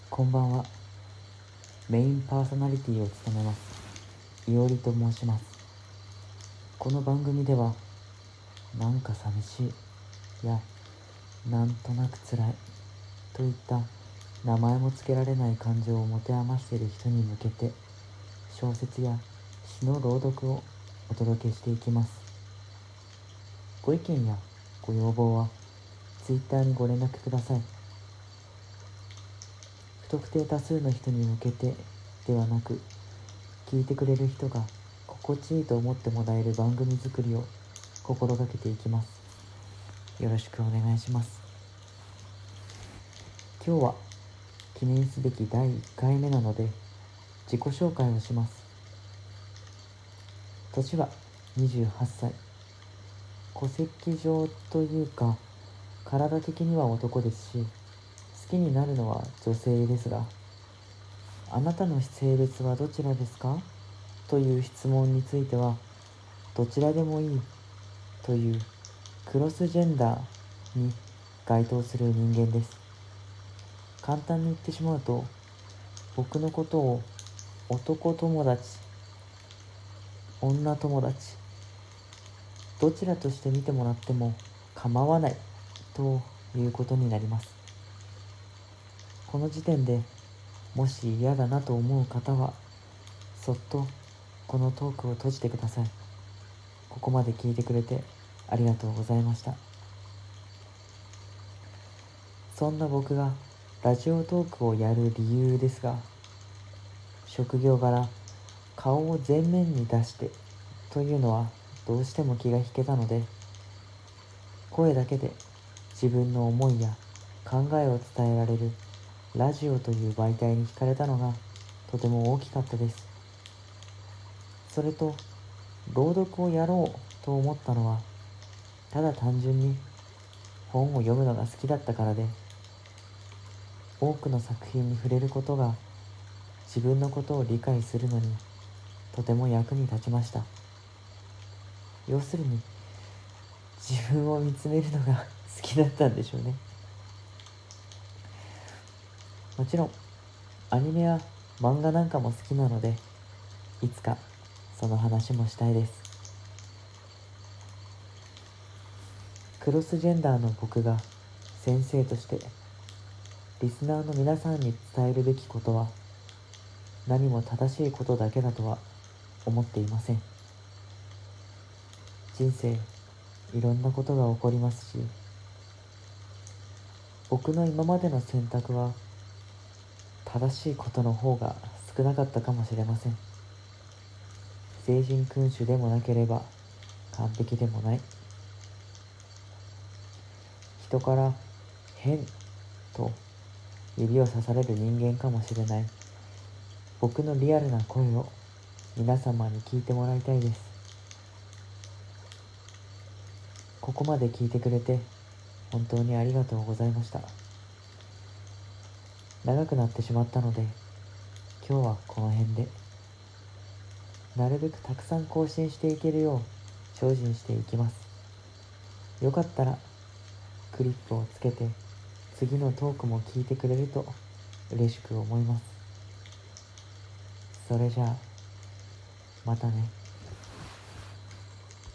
こんばんは。メインパーソナリティを務めますいおりと申します。この番組ではなんか寂しいやなんとなく辛いといった名前もつけられない感情を持て余している人に向けて小説や詩の朗読をお届けしていきます。ご意見やご要望はツイッターにご連絡ください。不特定多数の人に向けてではなく、聞いてくれる人が心地いいと思ってもらえる番組作りを心がけていきます。よろしくお願いします。今日は記念すべき第1回目なので自己紹介をします。年は28歳。戸籍上というか体的には男ですし、好きになるのは女性ですが、あなたの性別はどちらですかという質問については、どちらでもいいというクロスジェンダーに該当する人間です。簡単に言ってしまうと、僕のことを男友達、女友達、どちらとして見てもらっても構わないということになります。この時点でもし嫌だなと思う方は、そっとこのトークを閉じてください。ここまで聞いてくれてありがとうございました。そんな僕がラジオトークをやる理由ですが、職業柄顔を前面に出してというのはどうしても気が引けたので、声だけで自分の思いや考えを伝えられるラジオという媒体に惹かれたのがとても大きかったです。それと朗読をやろうと思ったのは、ただ単純に本を読むのが好きだったからで、多くの作品に触れることが自分のことを理解するのにとても役に立ちました。要するに自分を見つめるのが好きだったんでしょうね。もちろんアニメや漫画なんかも好きなので、いつかその話もしたいです。クロスジェンダーの僕が先生としてリスナーの皆さんに伝えるべきことは、何も正しいことだけだとは思っていません。人生いろんなことが起こりますし、僕の今までの選択は正しいことの方が少なかったかもしれません。聖人君主でもなければ完璧でもない。人から変と指をさされる人間かもしれない僕のリアルな声を皆様に聞いてもらいたいです。ここまで聞いてくれて本当にありがとうございました。長くなってしまったので今日はこの辺で。なるべくたくさん更新していけるよう精進していきます。よかったらクリップをつけて次のトークも聞いてくれると嬉しく思います。それじゃあまたね。